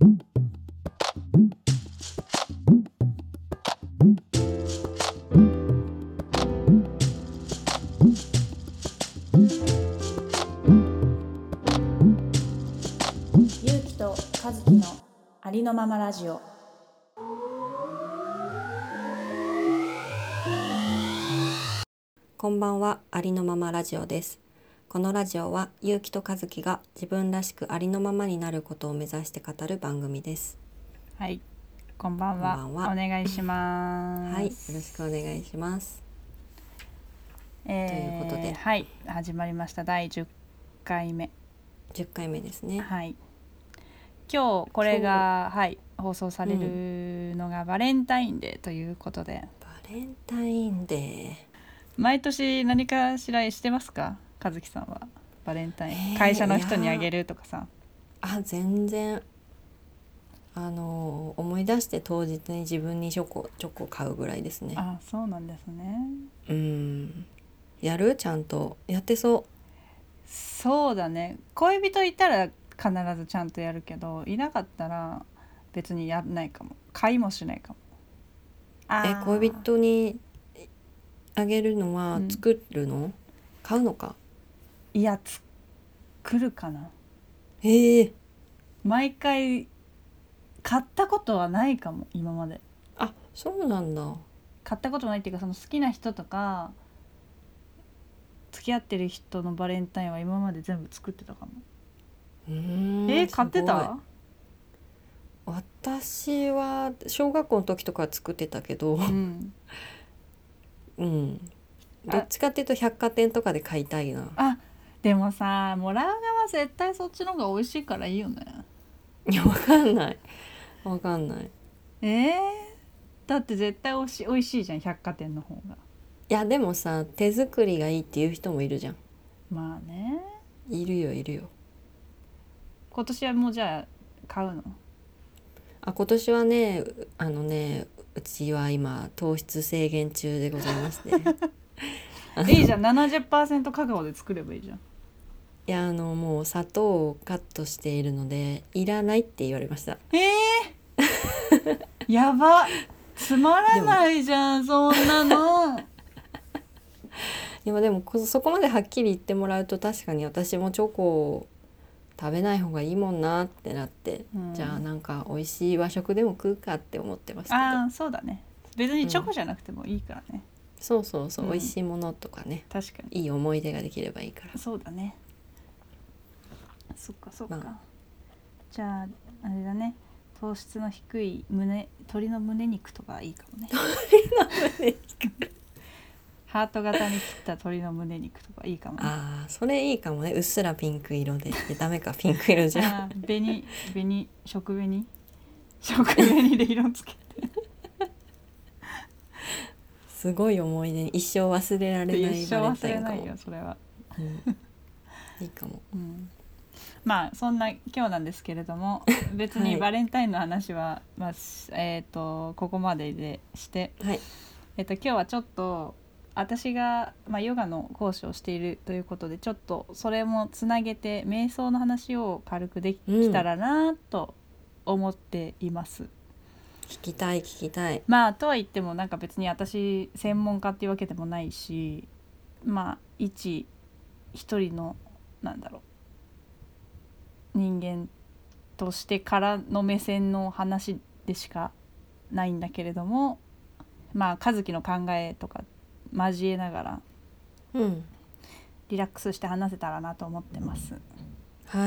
ゆうきとかずきのありのままラジオ。 こんばんは、ありのままラジオです。このラジオはゆうきとかずきが自分らしくありのままになることを目指して語る番組です。 はい、こんばんは。 こんばんは。 お願いします。 はい、よろしくお願いします。 といということではい、始まりました第10回目。 10回目ですね。 はい。今日これが放送されるのがバレンタインデーということで、 バレンタインデー。 毎年何かしらしてますか、和樹さんは。バレンタイン、会社の人にあげるとかさ。 全然思い出して当日に自分にチョコ買うぐらいですね。 あ、そうなんですね。 やる？ちゃんとやってそう。 そうだね。恋人いたら必ずちゃんとやるけど、いなかったら別にやんないかも。買いもしないかも。 恋人にあげるのは作るの？買うのか？ いや、作るかな。毎回買ったことはないかも、今まで。 あ、そうなんだ。 買ったことないっていうか、その好きな人とか付き合ってる人のバレンタインは今まで全部作ってたかも。買ってた？ 私は小学校の時とかは作ってたけど、どっちかっていうと百貨店とかで買いたいな。 でもさ、もらう側絶対そっちの方が美味しいからいいよね。 いや、わかんない。 だって絶対美味しいじゃん、百貨店の方が。 いやでもさ、手作りがいいっていう人もいるじゃん。 まあね。 いるよ。 今年はもうじゃあ買うの？ 今年はね、うちは今糖質制限中でございましていいじゃん、70% カカオで作ればいいじゃん。 いやもう砂糖をカットしているのでいらないって言われました。 やば、つまらないじゃんそんなのでもそこまではっきり言ってもらうと、確かに私もチョコを食べない方がいいもんなってなって、じゃあなんか美味しい和食でも食うかって思ってますけど。 そうだね。別にチョコじゃなくてもいいからね。 そう、美味しいものとかね、 確かにいい思い出ができればいいから。 そうだね。そっか、じゃああれだね、糖質の低い鶏の胸肉とかいいかもね。ハート型に切った鶏の胸肉とかいいかもね。 それいいかもね。うっすらピンク色で。ダメか、ピンク色じゃん。 食紅で色つけてすごい思い出に一生忘れられないバレンタインかも。 一生忘れないよそれは、 いいかも、 まあそんな今日なんですけれども、別にバレンタインの話は、ここまででして、今日はちょっと私が、ヨガの講師をしているということで、ちょっとそれもつなげて瞑想の話を軽くできたらなと思っています。 聞きたい。 とは言ってもなんか別に私専門家っていうわけでもないし、一人の人間としてからの目線の話でしかないんだけれども、和樹の考えとか交えながら、リラックスして話せたらなと思ってます。はい。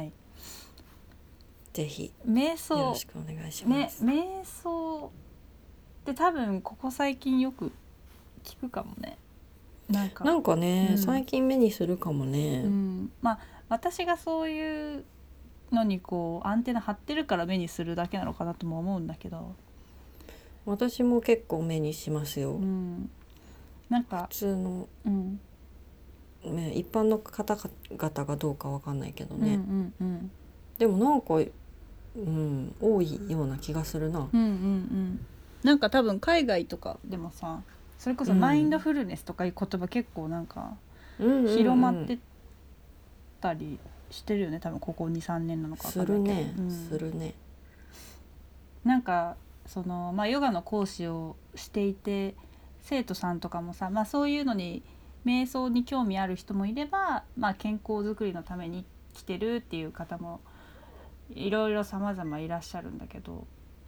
ぜひ瞑想よろしくお願いします。 瞑想って多分ここ最近よく聞くかもね。なんかね、 最近目にするかもね。 私がそういうのにアンテナ張ってるから目にするだけなのかなとも思うんだけど、 私も結構目にしますよ。 なんか普通の、一般の方々がどうかわかんないけどね、でもなんか、多いような気がするな。 なんか多分海外とかでもさ、それこそマインドフルネスとかいう言葉結構なんか広まってたりしてるよね多分ここ 2,3 年なのか分かすんないけど、 るね、するね。 なんかその、ヨガの講師をしていて生徒さんとかもさ、そういうのに瞑想に興味ある人もいれば、健康づくりのために来てるっていう方もいろいろ様々いらっしゃるんだけど、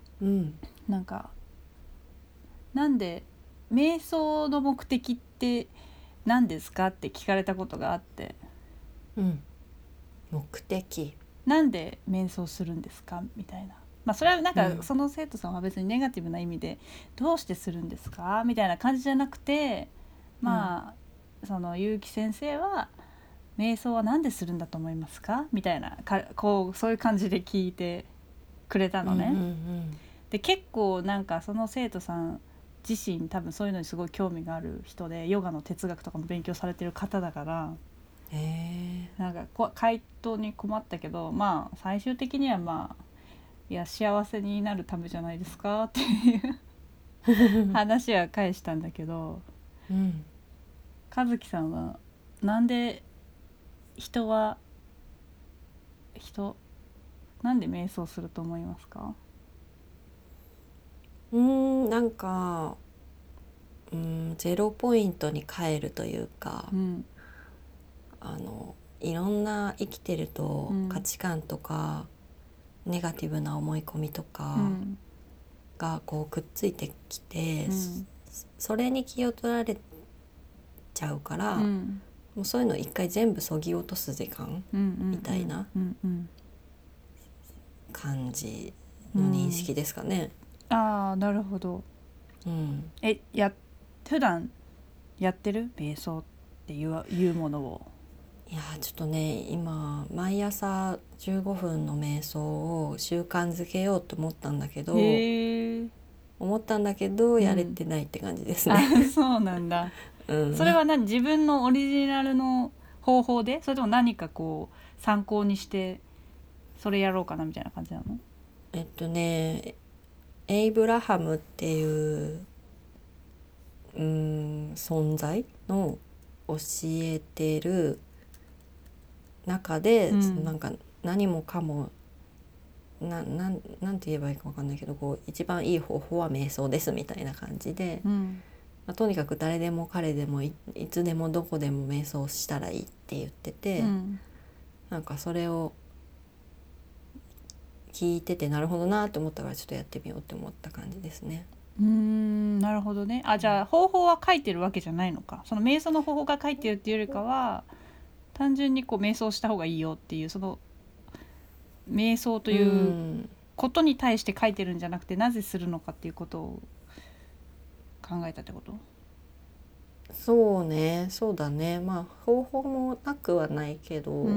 なんで瞑想の目的って何ですかって聞かれたことがあって、 目的なんで瞑想するんですかみたいな、それはなんかその生徒さんは別にネガティブな意味でどうしてするんですかみたいな感じじゃなくて、その結城先生は瞑想は何でするんだと思いますかみたいなそういう感じで聞いてくれたのね、で結構なんかその生徒さん自身多分そういうのにすごい興味がある人でヨガの哲学とかも勉強されてる方だから、なんか回答に困ったけど、最終的にはいや幸せになるためじゃないですかっていう話は返したんだけど、和樹さんはなんでなんで瞑想すると思いますか？ なんかゼロポイントに帰るというか、いろんな生きてると価値観とか、ネガティブな思い込みとかがこうくっついてきて、それに気を取られちゃうから、もうそういうのを一回全部そぎ落とす時間みたいな感じの認識ですかね。 ああ、なるほど。普段やってる瞑想っていうものを。 いやちょっとね今毎朝15分の瞑想を習慣づけようと思ったんだけどやれてないって感じですね。 そうなんだ、それは自分のオリジナルの方法で、それとも何かこう参考にしてそれやろうかなみたいな感じなの？ エイブラハムっていう存在の教えてる中で、なんか何もかもなんて言えばいいか分かんないけど、こう一番いい方法は瞑想ですみたいな感じで、とにかく誰でも彼でも いつでもどこでも瞑想したらいいって言ってて、なんかそれを聞いててなるほどなと思ったからちょっとやってみようって思った感じですね。 なるほどね。じゃあ方法は書いてるわけじゃないのか。その瞑想の方法が書いてるっていうよりかは単純にこう瞑想した方がいいよっていう、その瞑想ということに対して書いてるんじゃなくて、なぜするのかっていうことを考えたってこと？ そうね、そうだね。方法もなくはないけど、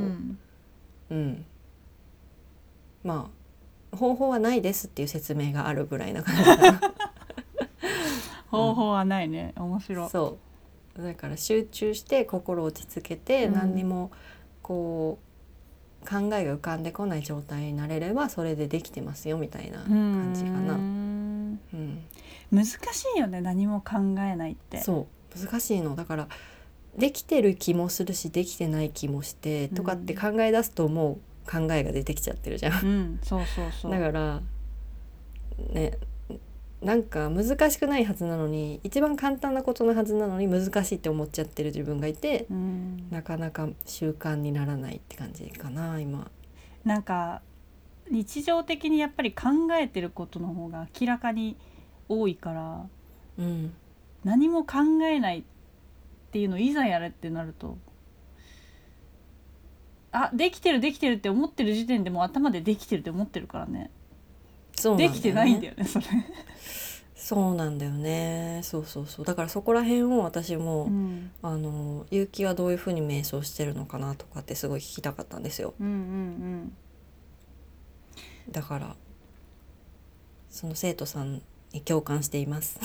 方法はないですっていう説明があるぐらいな感じかな。 方法はないね。面白い。 そうだから集中して心を落ち着けて、何にもこう考えが浮かんでこない状態になれればそれでできてますよみたいな感じかな。 難しいよね、何も考えないって。 そう難しいのだから、できてる気もするしできてない気もしてとかって考え出すともう考えが出てきちゃってるじゃん。 そうだからね、なんか難しくないはずなのに、一番簡単なことのはずなのに難しいって思っちゃってる自分がいて、なかなか習慣にならないって感じかな今。 なんか日常的にやっぱり考えてることの方が明らかに多いから、何も考えないっていうのをいざやれってなると、できてるって思ってる時点でもう頭でできてるって思ってるからね。できてないんだよねそれ。 そうなんだよね。そうだからそこら辺を私も、結城はどういうふうに瞑想してるのかなとかってすごい聞きたかったんですよ。だからその生徒さんに共感しています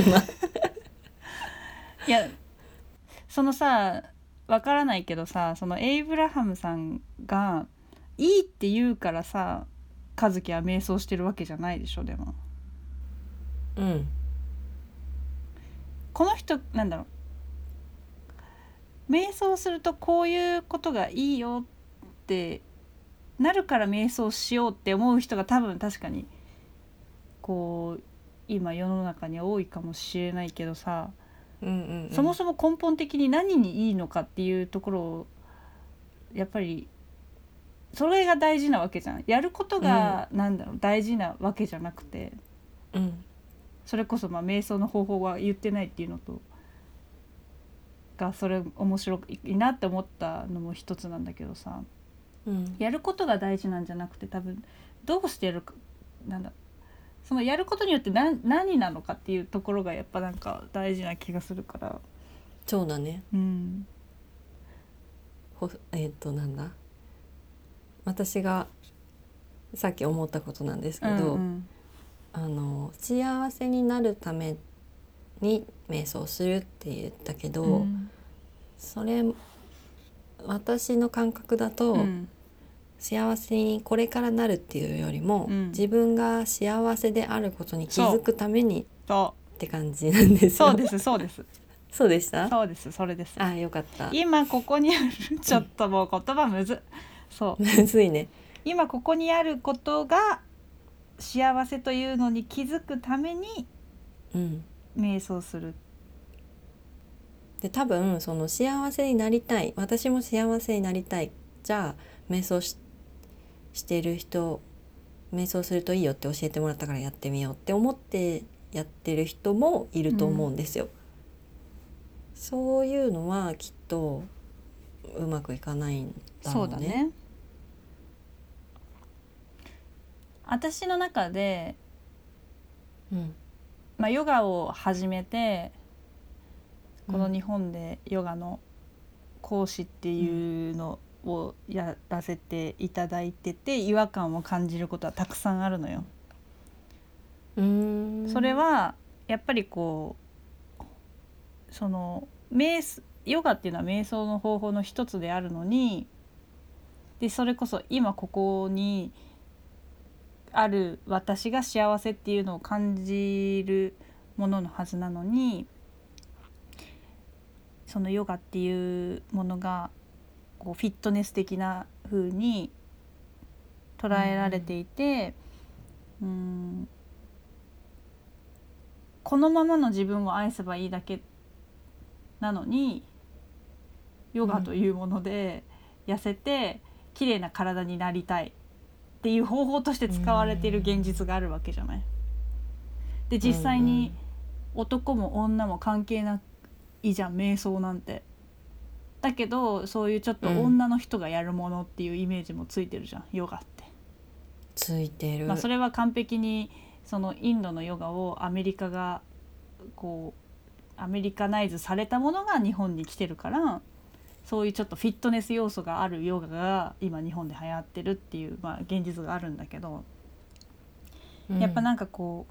いやそのさ、わからないけどさ、そのエイブラハムさんがいいって言うからさ、和樹は瞑想してるわけじゃないでしょ。でもこの人なんだろう、瞑想するとこういうことがいいよっから瞑想しようって思う人が多分確かにこう今世の中に多いかもしれないけどさ、そもそも根本的に何にいいのかっていうところをやっぱりそれが大事なわけじゃん。やることが大事なわけじゃなくて、それこそ瞑想の方法は言ってないっていうのとがそれ面白いなって思ったのも一つなんだけどさ、やることが大事なんじゃなくて多分どうしてやるかそのやることによって何なのかっていうところがやっぱなんか大事な気がするから。 そうだね。なんだ私がさっき思ったことなんですけど、幸せになるために瞑想するって言ったけど、それ私の感覚だと、幸せにこれからなるっていうよりも、自分が幸せであることに気づくためにって感じなんですよ。 そうですそうでした。 そうです、それです。 あ、よかった。 今ここにあるちょっともう言葉むずむずいね。 今ここにあることが幸せというのに気づくために瞑想する。 で多分その幸せになりたい、私も幸せになりたい、じゃあ瞑想してる人、瞑想するといいよって教えてもらったからやってみようって思ってやってる人もいると思うんですよ。そういうのはきっとうまくいかないんだろうね。 そうだね。私の中で、ヨガを始めてこの日本でヨガの講師っていうのをやらせていただいてて、違和感を感じることはたくさんあるのよ。それはやっぱりこうそのヨガっていうのは瞑想の方法の一つであるのに、でそれこそ今ここにある私が幸せっていうのを感じるもののはずなのに、そのヨガっていうものがこうフィットネス的な風に捉えられていて、このままの自分を愛せばいいだけなのに、ヨガというもので痩せて綺麗な体になりたいっていう方法として使われている現実があるわけじゃない。で実際に男も女も関係ないじゃん、瞑想なんて。だけどそういうちょっと女の人がやるものっていうイメージもついてるじゃん、ヨガって。 ついてる。 それは完璧にそのインドのヨガをアメリカがこうアメリカナイズされたものが日本に来てるから、そういうちょっとフィットネス要素があるヨガが今日本で流行ってるっていう、現実があるんだけど、やっぱなんかこ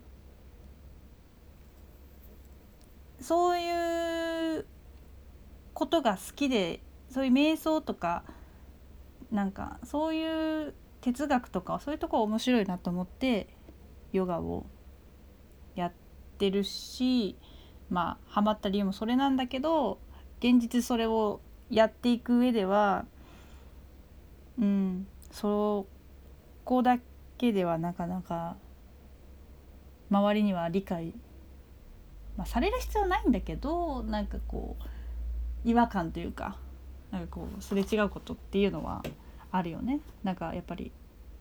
うそういうことが好きで、そういう瞑想とかなんかそういう哲学とかそういうところ面白いなと思ってヨガをやってるし、ハマった理由もそれなんだけど、現実それをやっていく上ではそこだけではなかなか周りには理解、される必要はないんだけど、なんかこう違和感というか、なんかこうすれ違うことっていうのはあるよね。なんかやっぱり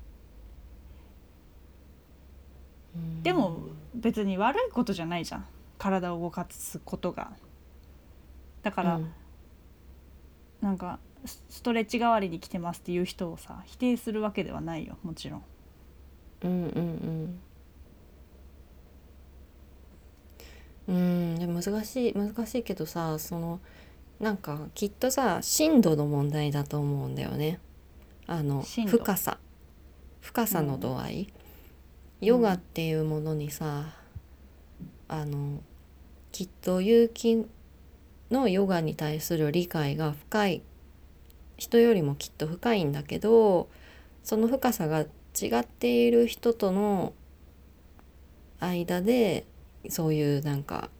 でも別に悪いことじゃないじゃん、体を動かすことが。だから、なんかストレッチ代わりに来てますっていう人をさ否定するわけではないよ、もちろん。 でも難しいけどさ、そのなんかきっとさ深度の問題だと思うんだよね。深さの度合い、ヨガっていうものにさ、きっと有機のヨガに対する理解が深い人よりもきっと深いんだけど、その深さが違っている人との間でそういうなんか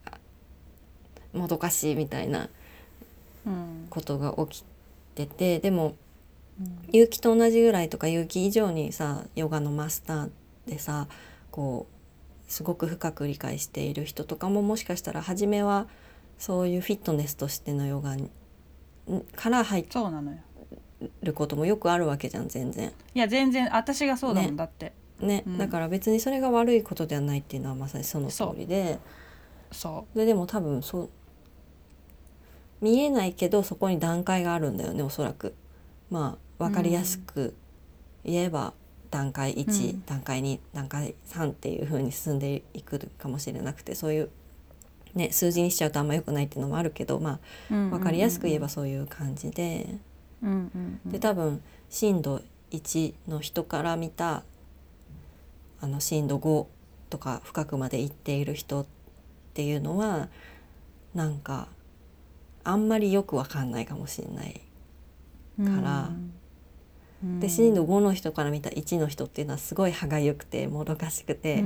もどかしいみたいなことが起きてて、でも結城と同じぐらいとか結城以上にさヨガのマスターでさこうすごく深く理解している人とかももしかしたら初めはそういうフィットネスとしてのヨガから入ることもよくあるわけじゃん全然。 いや全然私がそうだもん、だってね、だから別にそれが悪いことではないっていうのはまさにその通りで、でも多分そう見えないけどそこに段階があるんだよねおそらく。まあ分かりやすく言えば段階1、段階2、段階3っていう風に進んでいくかもしれなくて、そういうね数字にしちゃうとあんま良くないっていうのもあるけど、まあ分かりやすく言えばそういう感じで、で多分震度1の人から見た震度5とか深くまで行っている人っていうのはなんかあんまりよくわかんないかもしれないから、で震度5の人から見た1の人っていうのはすごい歯がゆくてもどかしくて、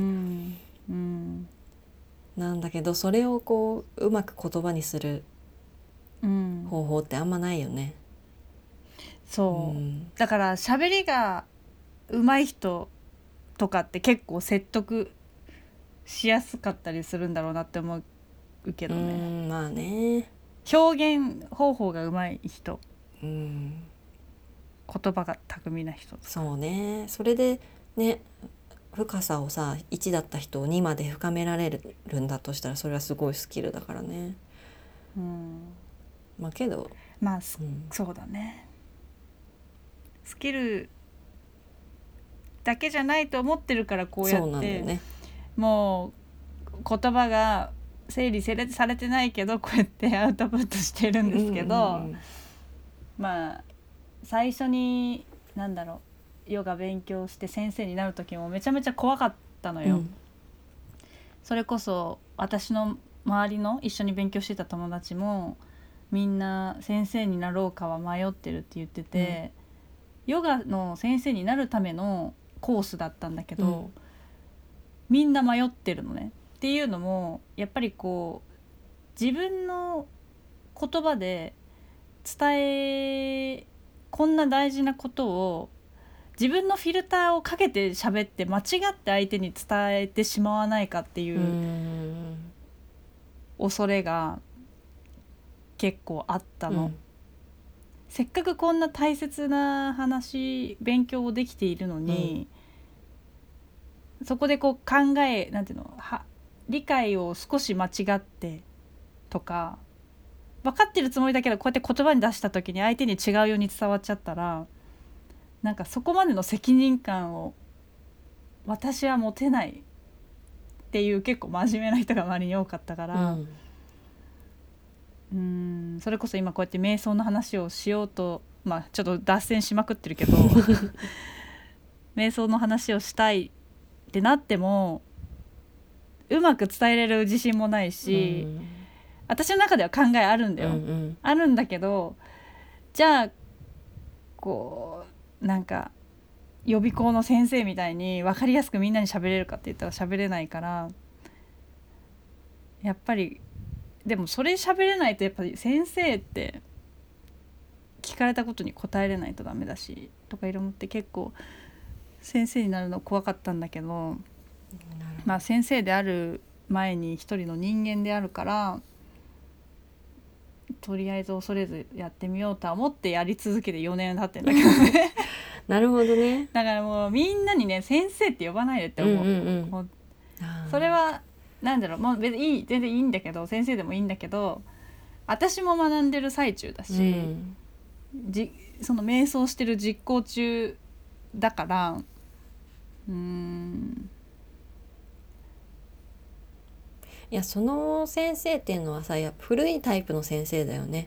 なんだけどそれをこううまく言葉にする方法ってあんまないよね。 そう、だから喋りが上手い人とかって結構説得しやすかったりするんだろうなって思うけどね。 まあね、 表現方法が上手い人、言葉が巧みな人とか。 そうね、それでね深さをさ1だった人を2まで深められるんだとしたらそれはすごいスキルだからね。まあけどまあ、そうだね、スキルだけじゃないと思ってるからこうやって、ね、もう言葉が整理されてないけどこうやってアウトプットしてるんですけど、まあ最初になんだろうヨガ勉強して先生になる時もめちゃめちゃ怖かったのよ、それこそ私の周りの一緒に勉強してた友達もみんな先生になろうかは迷ってるって言ってて、ヨガの先生になるためのコースだったんだけど、みんな迷ってるのね。っていうのもやっぱりこう自分の言葉でこんな大事なことを自分のフィルターをかけて喋って間違って相手に伝えてしまわないかっていう恐れが結構あったの、せっかくこんな大切な話勉強をできているのに、そこでこうなんていうの理解を少し間違ってとか分かってるつもりだけどこうやって言葉に出した時に相手に違うように伝わっちゃったらなんかそこまでの責任感を私は持てないっていう結構真面目な人が周りに多かったから、それこそ今こうやって瞑想の話をしようとまあちょっと脱線しまくってるけど瞑想の話をしたいってなってもうまく伝えれる自信もないし、私の中では考えあるんだよ、あるんだけどじゃあこうなんか予備校の先生みたいに分かりやすくみんなに喋れるかって言ったら喋れないから、やっぱりでもそれ喋れないとやっぱり先生って聞かれたことに答えれないとダメだしとかいろいろ思って結構先生になるの怖かったんだけど、まあ先生である前に一人の人間であるからとりあえず恐れずやってみようとは思ってやり続けて4年経ってんだけどねなるほどね。 だからもうみんなにね先生って呼ばないでって思う、それはなんだろうもう別に全然いいんだけど先生でもいいんだけど私も学んでる最中だし、その瞑想してる実行中だからいやその先生っていうのはさやっぱ古いタイプの先生だよね。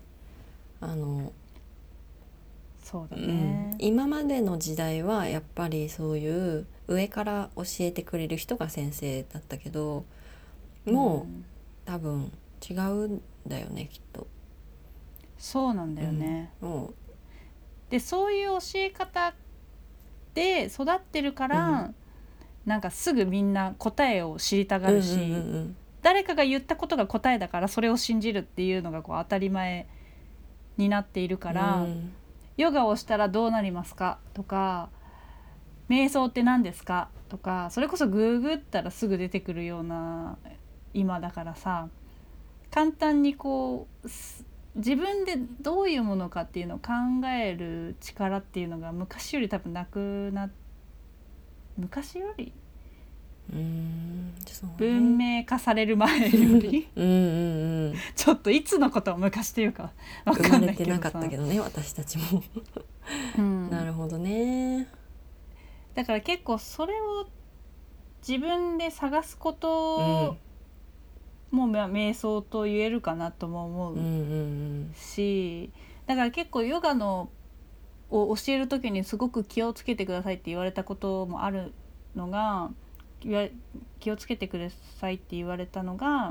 そうだね、 今までの時代はやっぱりそういう上から教えてくれる人が先生だったけどもう、多分違うんだよねきっと。 そうなんだよね、でそういう教え方で育ってるから、なんかすぐみんな答えを知りたがるし、誰かが言ったことが答えだからそれを信じるっていうのがこう当たり前になっているから、 ヨガをしたらどうなりますかとか、瞑想って何ですかとか、それこそググったらすぐ出てくるような今だからさ、簡単にこう自分でどういうものかっていうのを考える力っていうのが昔より多分なくなっ昔よりそうね、 文明化される前よりうんうん、うん、 ちょっといつのことを昔っていうか分かんないけどさ、 生まれてなかったけどね私たちも、 うん、 なるほどね。 だから結構それを自分で探すことも瞑想と言えるかなとも思うし、だから結構ヨガのを教える時にすごく気をつけてくださいって言われたこともあるのが、気をつけてくださいって言われたのが、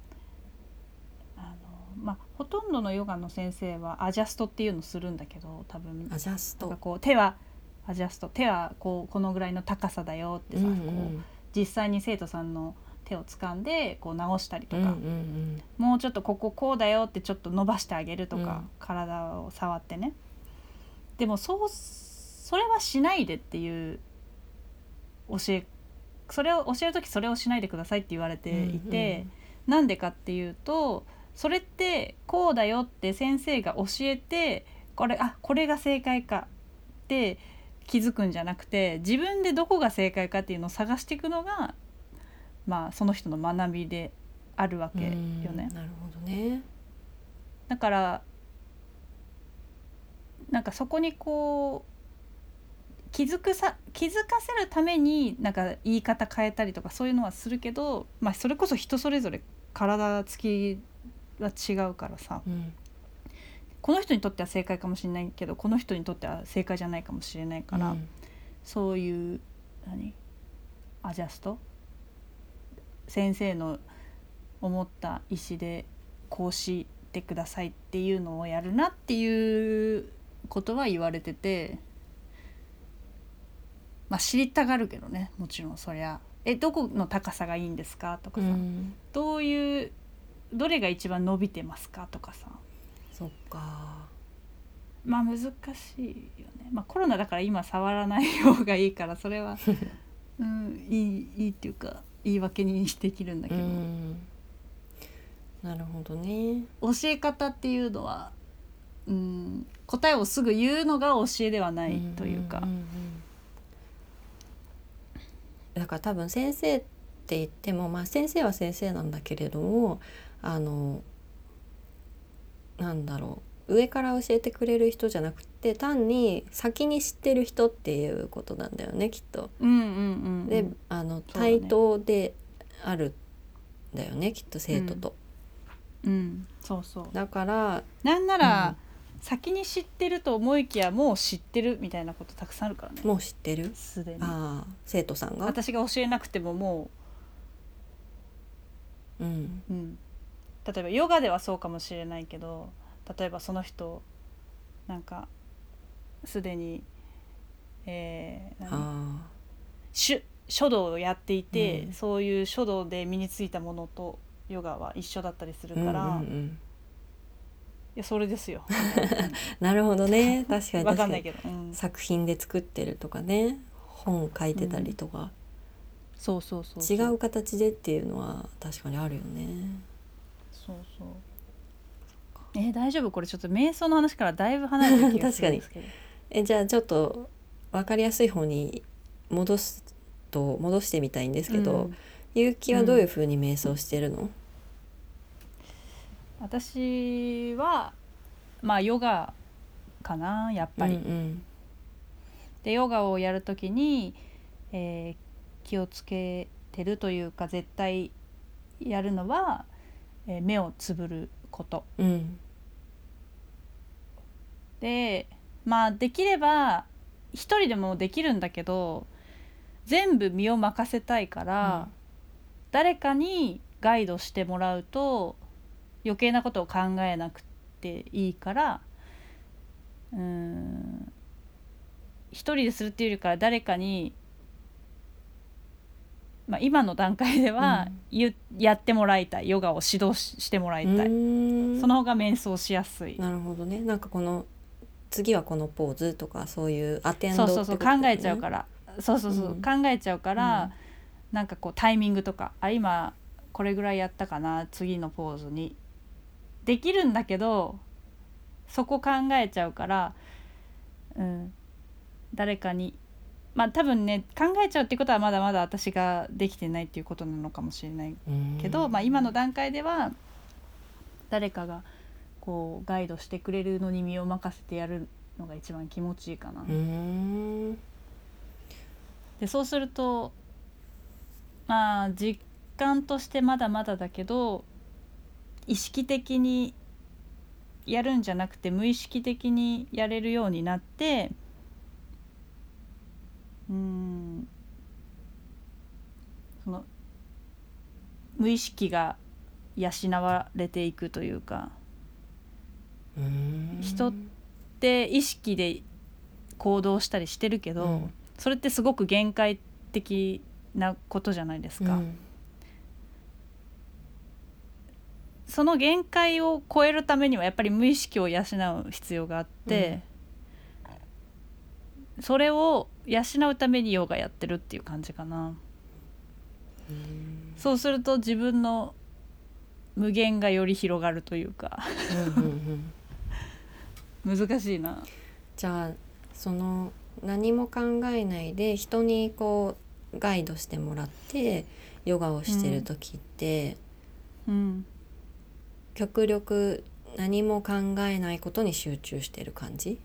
ほとんどのヨガの先生はアジャストっていうのをするんだけど、多分アジャスト、 なんかこう手はアジャスト、手はこのぐらいの高さだよってさ、こう実際に生徒さんの手を掴んでこう直したりとか、もうちょっとここうだよってちょっと伸ばしてあげるとか、体を触ってね。でもそれはしないでっていうそれを教える時それをしないでくださいって言われていて、なんでかっていうと、それってこうだよって先生が教えて、これが正解かって気づくんじゃなくて、自分でどこが正解かっていうのを探していくのが、その人の学びであるわけよね。 なるほどね。 だからなんかそこにこう気づかせるためになんか言い方変えたりとかそういうのはするけど、それこそ人それぞれ体つきは違うからさ、この人にとっては正解かもしれないけどこの人にとっては正解じゃないかもしれないから、そういうアジャスト、先生の思った意思でこうしてくださいっていうのをやるなっていうことは言われてて、知りたがるけどね、もちろんそりゃどこの高さがいいんですかとかさ、どれが一番伸びてますかとかさ、 そっか、 難しいよね。コロナだから今触らない方がいいからそれは、いいっていうか言い訳にできるんだけど、 なるほどね。 教え方っていうのは、答えをすぐ言うのが教えではないというか、 だから多分先生って言っても、先生は先生なんだけれども、なんだろう、上から教えてくれる人じゃなくて単に先に知ってる人っていうことなんだよね、きっと。で対等であるんだよね、きっと生徒と。 そうそう。 だからなんなら、先に知ってると思いきやもう知ってるみたいなことたくさんあるからね。 もう知ってる、 すでに。 生徒さんが私が教えなくてももう、例えばヨガではそうかもしれないけど、例えばその人なんかすでに、書道をやっていて、そういう書道で身についたものとヨガは一緒だったりするから、いやそれですよなるほどね、確かに分かんないけど、 作品で作ってるとかね、本書いてたりとか、 そう違う形でっていうのは確かにあるよね。 大丈夫、これちょっと瞑想の話からだいぶ離れてる気がするんですけど確かに。じゃあちょっと分かりやすい方に戻してみたいんですけど、ゆうきはどういう風に瞑想してるの？ 私はヨガかな、やっぱり。でヨガをやるときに、気をつけてるというか絶対やるのは、目をつぶること、でできれば一人でもできるんだけど全部身を任せたいから、誰かにガイドしてもらうと余計なことを考えなくていいから、一人でするっていうよりから誰かに、今の段階では、やってもらいたい、ヨガを指導してもらいたい、その方が瞑想しやすい。 なるほどね。なんかこの次はこのポーズとかそういうアテンドってことそう考えちゃうから考えちゃうから、なんかこうタイミングとか今これぐらいやったかな次のポーズにできるんだけどそこ考えちゃうから、誰かに多分ね考えちゃうってことはまだまだ私ができてないっていうことなのかもしれないけど、今の段階では誰かがこうガイドしてくれるのに身を任せてやるのが一番気持ちいいかな。でそうすると実感としてまだまだだけど意識的にやるんじゃなくて無意識的にやれるようになって、その無意識が養われていくというか、人って意識で行動したりしてるけど、それってすごく限界的なことじゃないですか。その限界を超えるためにはやっぱり無意識を養う必要があって、それを養うためにヨガやってるっていう感じかな。そうすると自分の無限がより広がるというか難しいな。 じゃあその何も考えないで人にこうガイドしてもらってヨガをしてる時って、極力何も考えないことに集中してる感じ？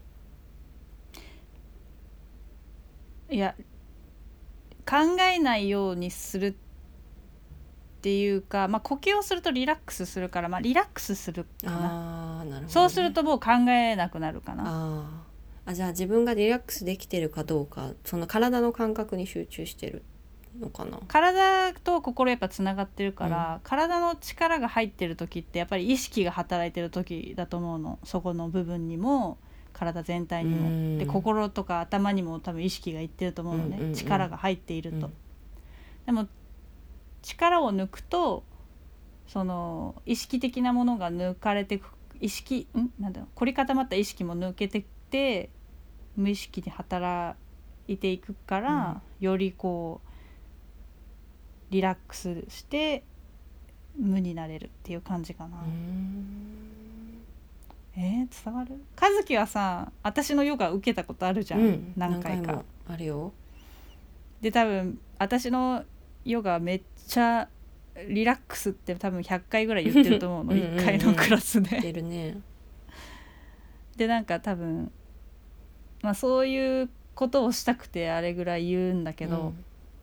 いや考えないようにするっていうか、呼吸をするとリラックスするから、リラックスするかな。 なるほどね。 そうするともう考えなくなるかな。 じゃあ自分がリラックスできてるかどうかその体の感覚に集中してるのかな。 体と心やっぱつながってるから、体の力が入ってる時ってやっぱり意識が働いてる時だと思うの。そこの部分にも体全体にも、で心とか頭にも多分意識がいってると思うのね、力が入っていると。でも力を抜くとその意識的なものが抜かれて凝り固まった意識も抜けてって無意識に働いていくから、よりこうリラックスして無になれるっていう感じかな。伝わる？和樹はさ私のヨガ受けたことあるじゃん、何回か。 あるよ。 で多分私のヨガめっちゃリラックスって多分100回ぐらい言ってると思うの1回のクラスで。 言ってるね。 でなんか多分そういうことをしたくてあれぐらい言うんだけど、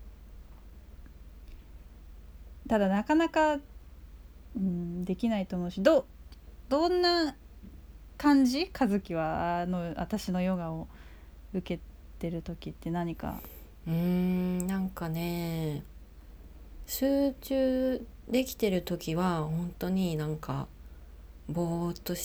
ただなかなか、できないと思うし、どんな感じ？和樹は私のヨガを受けてる時って何か。 なんかね集中できてる時は本当になんかぼーっとして、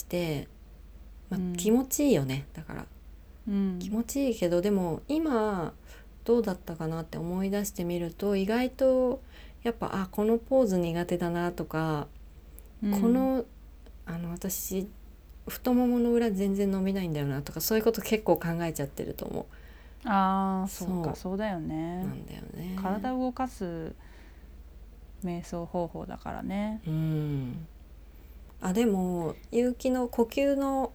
気持ちいいよね。だから、気持ちいいけどでも今どうだったかなって思い出してみると意外とやっぱこのポーズ苦手だなとか、この私太ももの裏全然伸びないんだよなとかそういうこと結構考えちゃってると思う。 そうだよね。 なんだよね。 体を動かす瞑想方法だからね。 でも結城の呼吸の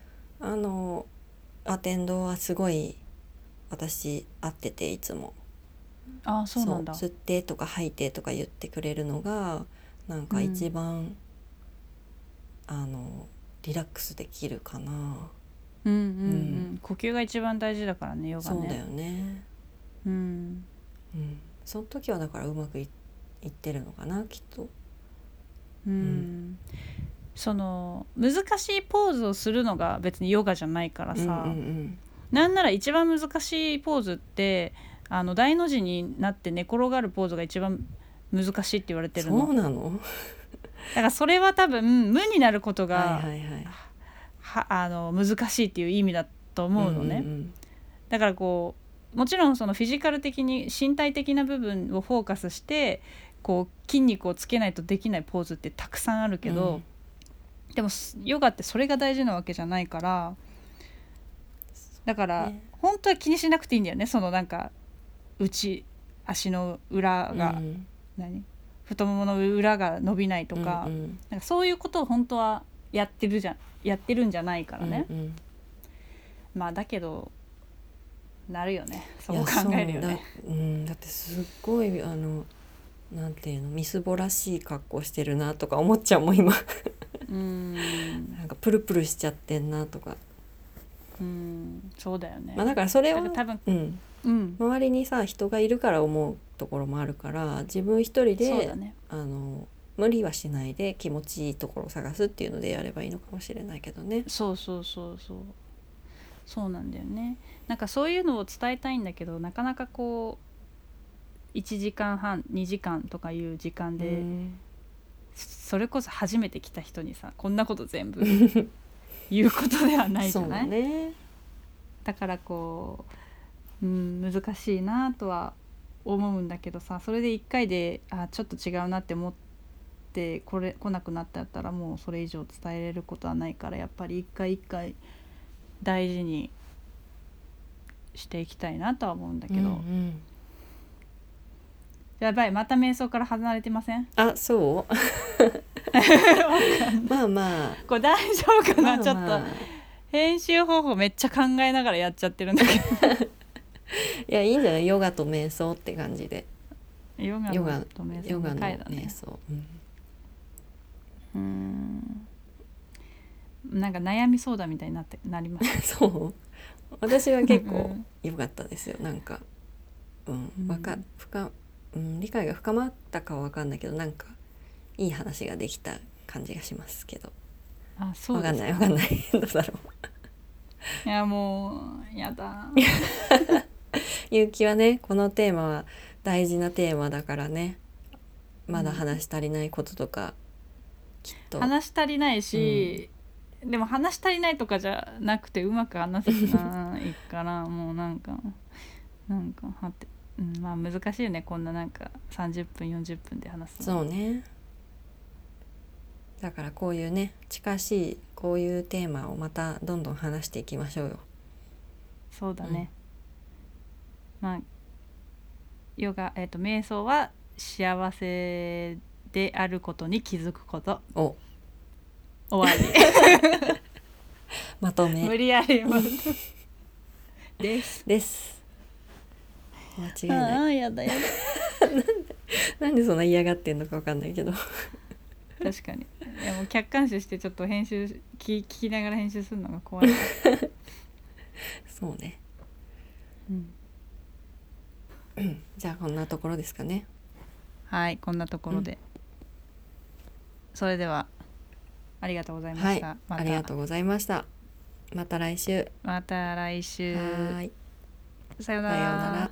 アテンドはすごい私合ってていつも。 そうなんだ。 吸ってとか吐いてとか言ってくれるのがなんか一番、リラックスできるかな。 呼吸が一番大事だからねヨガね。 そうだよね。その時はだからうまくいってるのかなきっと。 その難しいポーズをするのが別にヨガじゃないからさ、なんなら一番難しいポーズって大の字になって寝転がるポーズが一番難しいって言われてるの。 そうなの？ だからそれは多分無になることが、難しいっていう意味だと思うのね。だからこうもちろんそのフィジカル的に身体的な部分をフォーカスしてこう筋肉をつけないとできないポーズってたくさんあるけど、でもヨガってそれが大事なわけじゃないから、 だから、ね、本当は気にしなくていいんだよね。そのなんか足の裏が、太ももの裏が伸びないとか、なんかそういうことを本当はやってるんじゃないからね、まあだけどなるよね、そう考えるよね。 だってすっごいなんていうの、みすぼらしい格好してるなとか思っちゃうもん今なんかプルプルしちゃってんなとか。 そうだよね。 だからそれは多分、 周りにさ人がいるから思うところもあるから、自分一人で、ね、無理はしないで気持ちいいところを探すっていうのでやればいいのかもしれないけどね。 そうなんだよね。なんかそういうのを伝えたいんだけど、なかなかこう1時間半2時間とかいう時間で、それこそ初めて来た人にさこんなこと全部言うことではないじゃない。そうね。だからこう、難しいなとは思うんだけどさ、それで1回でちょっと違うなって思って来なくなったらもうそれ以上伝えれることはないから、やっぱり一回一回大事にしていきたいなとは思うんだけど、やばい、また瞑想から離れてません？ そうまあまあこれ大丈夫かな、ちょっと編集方法めっちゃ考えながらやっちゃってるんだけどいや、いいんじゃない？ヨガと瞑想って感じで。 ヨガと瞑想の回だね。 瞑想、 なんか悩み相談みたいになりましたそう私は結構良かったですよ。なんか、理解が深まったかは分かんないけど、なんかいい話ができた感じがしますけど。 そうですか。 分かんないどうだろう。いやもうやだゆうきはね、このテーマは大事なテーマだからね、まだ話し足りないこととか、きっと話し足りないし、でも話し足りないとかじゃなくてうまく話せないからもうなんかはって、まあ難しいよね、こんななんか30分40分で話すの。そうね。だからこういうね、近しいこういうテーマをまたどんどん話していきましょうよ。 そうだね、まあヨガ、瞑想は幸せであることに気づくこと。終わりまとめ。 無理やりです間違いない。 やだなんでそんな嫌がってんのか分かんないけど確かに。いやもう客観視してちょっと編集聞きながら編集するのが怖いそうね、じゃあこんなところですかね。 はい、こんなところで、それではありがとうございました。 ありがとうございました。また来週。 はい。さようなら。